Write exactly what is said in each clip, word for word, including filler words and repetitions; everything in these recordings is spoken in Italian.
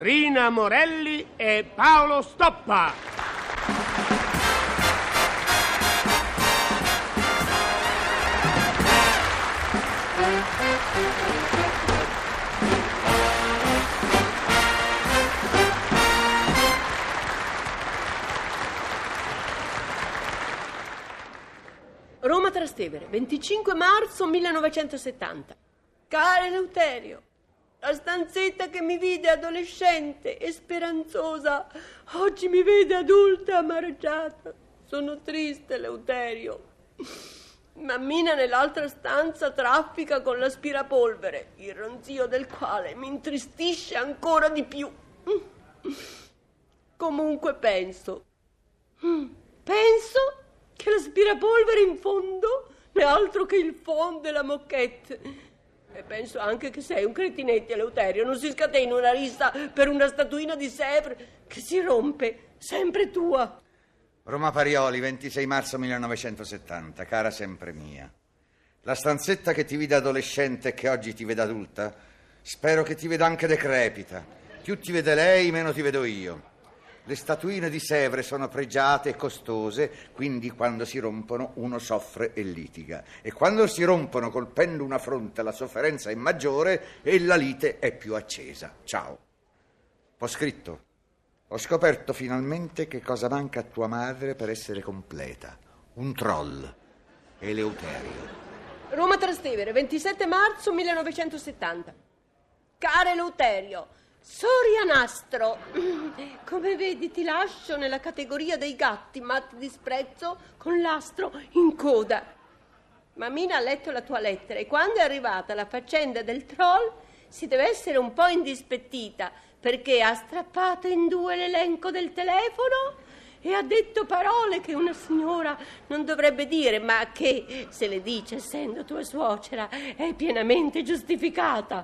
Rina Morelli e Paolo Stoppa. Roma Trastevere, venticinque marzo millenovecentosettanta. Caro Eleuterio, la stanzetta che mi vide adolescente e speranzosa oggi mi vede adulta e amareggiata. Sono triste, Eleuterio. Mammina nell'altra stanza traffica con l'aspirapolvere, il ronzio del quale mi intristisce ancora di più. Comunque penso, penso che l'aspirapolvere in fondo non è altro che il fond della moquette. E penso anche che sei un cretinetti, Eleuterio. Non si scatena una rissa per una statuina di Sèvres che si rompe, sempre tua. Roma Parioli, ventisei marzo millenovecentosettanta. Cara sempre mia, la stanzetta che ti vide adolescente e che oggi ti vede adulta, spero che ti veda anche decrepita. Più ti vede lei, meno ti vedo io. Le statuine di Sèvres sono pregiate e costose, quindi quando si rompono uno soffre e litiga. E quando si rompono colpendo una fronte la sofferenza è maggiore e la lite è più accesa. Ciao. Ho scritto. Ho scoperto finalmente che cosa manca a tua madre per essere completa. Un troll. Eleuterio. Roma Trastevere, ventisette marzo millenovecentosettanta. Caro Eleuterio, Sorianastro, come vedi ti lascio nella categoria dei gatti, ma ti disprezzo con l'astro in coda. Mammina ha letto la tua lettera e quando è arrivata la faccenda del troll si deve essere un po' indispettita, perché ha strappato in due l'elenco del telefono e ha detto parole che una signora non dovrebbe dire, ma che, se le dice essendo tua suocera, è pienamente giustificata.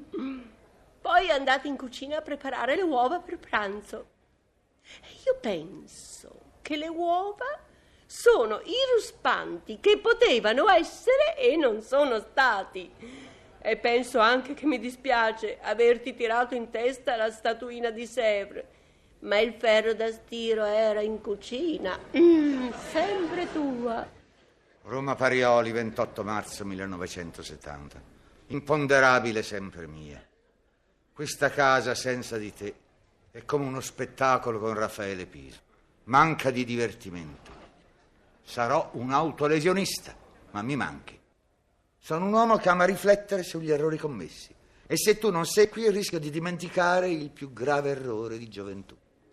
Poi è andata in cucina a preparare le uova per pranzo. E io penso che le uova sono i ruspanti che potevano essere e non sono stati. E penso anche che mi dispiace averti tirato in testa la statuina di Sèvres, ma il ferro da stiro era in cucina. Mm, sempre tua. Roma Parioli, ventotto marzo millenovecentosettanta. Imponderabile sempre mia. Questa casa senza di te è come uno spettacolo con Raffaele Piso. Manca di divertimento. Sarò un autolesionista, ma mi manchi. Sono un uomo che ama riflettere sugli errori commessi. E se tu non sei qui rischio di dimenticare il più grave errore di gioventù.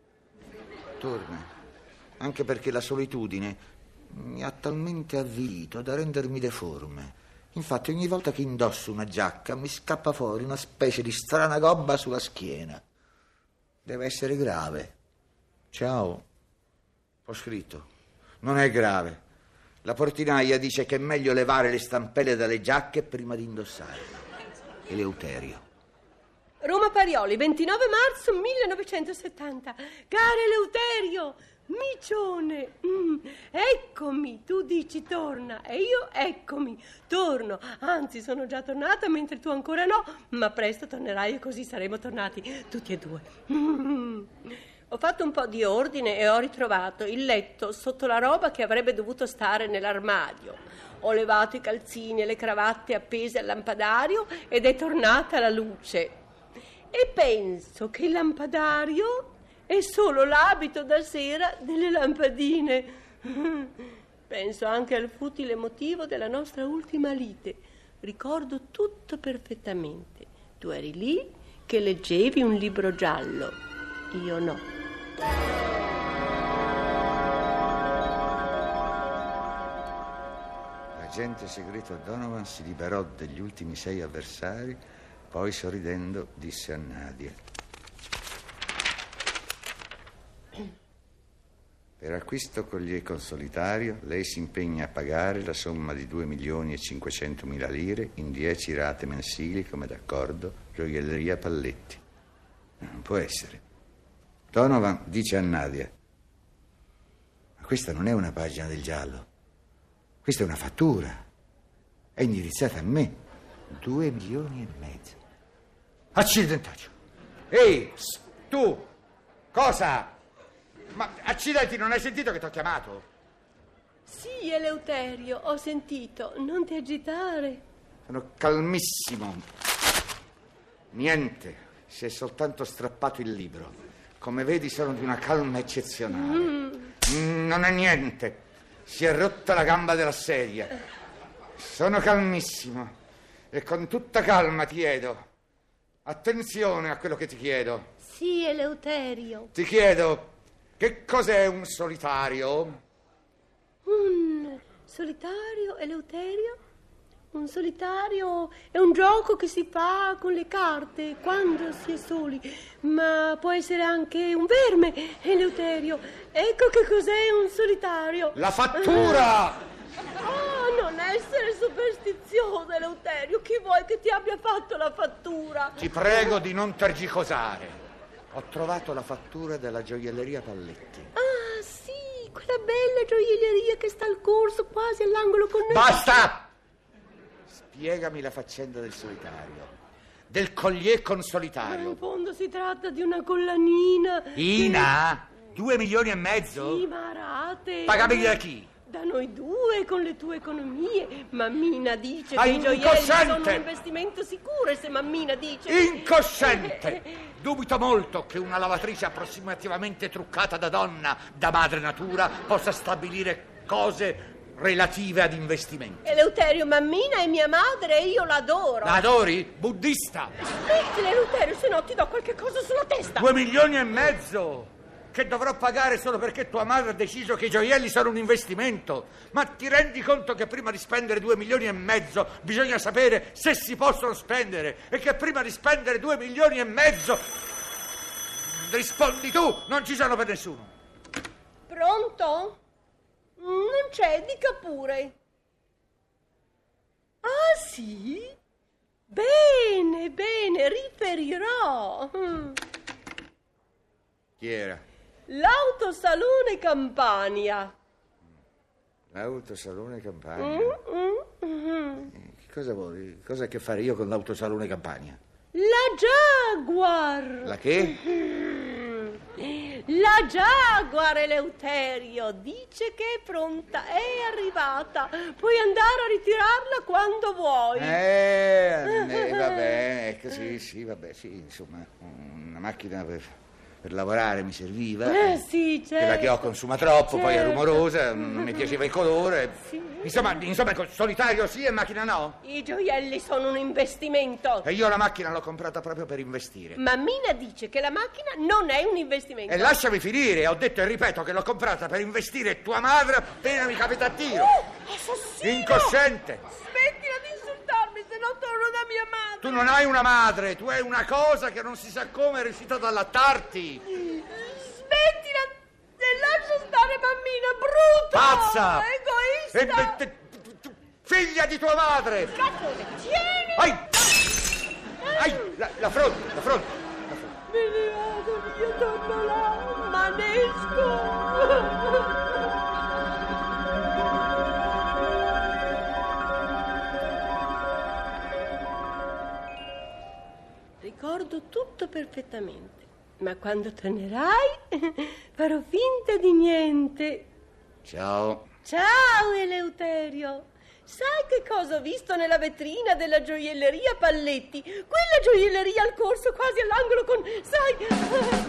Torna, anche perché la solitudine mi ha talmente avvilito da rendermi deforme. Infatti ogni volta che indosso una giacca mi scappa fuori una specie di strana gobba sulla schiena. Deve essere grave. Ciao. Ho scritto. Non è grave. La portinaia dice che è meglio levare le stampelle dalle giacche prima di indossare. Eleuterio. Roma Parioli, ventinove marzo millenovecentosettanta. Caro Eleuterio, micione, mm, eccomi, tu dici torna e io eccomi, torno, anzi sono già tornata mentre tu ancora no, ma presto tornerai e così saremo tornati tutti e due. Mm. Ho fatto un po' di ordine e ho ritrovato il letto sotto la roba che avrebbe dovuto stare nell'armadio. Ho levato i calzini e le cravatte appese al lampadario ed è tornata la luce. E penso che il lampadario è solo l'abito da sera delle lampadine. Penso anche al futile motivo della nostra ultima lite. Ricordo tutto perfettamente. Tu eri lì che leggevi un libro giallo. Io no. L'agente segreto Donovan si liberò degli ultimi sei avversari, poi sorridendo disse a Nadia: per acquisto con l'ieco solitario lei si impegna a pagare la somma di due milioni e cinquecentomila lire in dieci rate mensili come d'accordo, gioielleria Palletti. Non può essere. Donovan dice a Nadia: ma questa non è una pagina del giallo, questa è una fattura, è indirizzata a me, due milioni e mezzo. Accidentaccio. Ehi, tu? Cosa? Ma accidenti, non hai sentito che ti ho chiamato? Sì, Eleuterio, ho sentito. Non ti agitare. Sono calmissimo. Niente, si è soltanto strappato il libro. Come vedi sono di una calma eccezionale. Mm. Non è niente. Si è rotta la gamba della sedia. Sono calmissimo. E con tutta calma ti chiedo. Attenzione a quello che ti chiedo. Sì, Eleuterio. Ti chiedo, che cos'è un solitario? Un solitario, Eleuterio? Un solitario è un gioco che si fa con le carte quando si è soli, ma può essere anche un verme, Eleuterio. Ecco che cos'è un solitario. La fattura! Oh, non essere superstizioso, Eleuterio. Chi vuoi che ti abbia fatto la fattura? Ti prego di non tergicosare. Ho trovato la fattura della gioielleria Palletti. Ah, sì, quella bella gioielleria che sta al corso, quasi all'angolo con noi. Basta! Spiegami la faccenda del solitario. Del collier con Ma solitario. in fondo si tratta di una collanina. Ina? Due milioni e mezzo? Sì, ma rate. Pagameli da chi? Da noi due, con le tue economie. Mammina dice Ah, che i gioielli incosciente! sono un investimento sicuro, e se Mammina dice... Incosciente! Dubito molto che una lavatrice approssimativamente truccata da donna, da madre natura, possa stabilire cose relative ad investimenti. Eleuterio, Mammina è mia madre e io l'adoro. La adori? Buddista! Smettila, Eleuterio, se no ti do qualche cosa sulla testa. Due milioni e mezzo! Che dovrò pagare solo perché tua madre ha deciso che i gioielli sono un investimento. Ma ti rendi conto che prima di spendere due milioni e mezzo bisogna sapere se si possono spendere, e che prima di spendere due milioni e mezzo rispondi tu, non ci sono per nessuno. Pronto? Non c'è, dica pure. Ah, sì? Bene, bene, riferirò. Mm. Chi era? L'autosalone Campania. L'autosalone Campania. Mm, mm, mm. Che cosa vuoi? Cosa ha a che fare io con l'autosalone Campania? La Jaguar. La che? Mm. La Jaguar, Eleuterio, dice che è pronta, è arrivata. Puoi andare a ritirarla quando vuoi. Eh, eh va bene, ecco, sì, sì, vabbè, sì, insomma, una macchina per... per lavorare mi serviva, Eh sì, certo. quella che ho consuma troppo, poi è Certo. rumorosa, non mi piaceva il colore. Sì. Insomma, insomma, ecco, solitario sì e macchina no. I gioielli sono un investimento. E io la macchina l'ho comprata proprio per investire. Mammina dice che la macchina non è un investimento. E lasciami finire, ho detto e ripeto che l'ho comprata per investire tua madre appena mi capita a tiro. Uh, assassino! Incosciente! Smettila di insultarmi, se no torno da mia madre. Tu non hai una madre, tu hai una cosa che non si sa come è riuscita ad allattarti. Smettila e lascia stare, Mammina, brutto! Pazza! Egoista! E, e, te- tu- figlia di tua madre! Caccione, tieni! Ai! Ai! La, la fronte, la fronte, la fronte. Me ne vado via, torno là, manesco! Ricordo tutto perfettamente, ma quando tornerai farò finta di niente. Ciao. Ciao, Eleuterio. Sai che cosa ho visto nella vetrina della gioielleria Palletti? Quella gioielleria al corso, quasi all'angolo con... sai...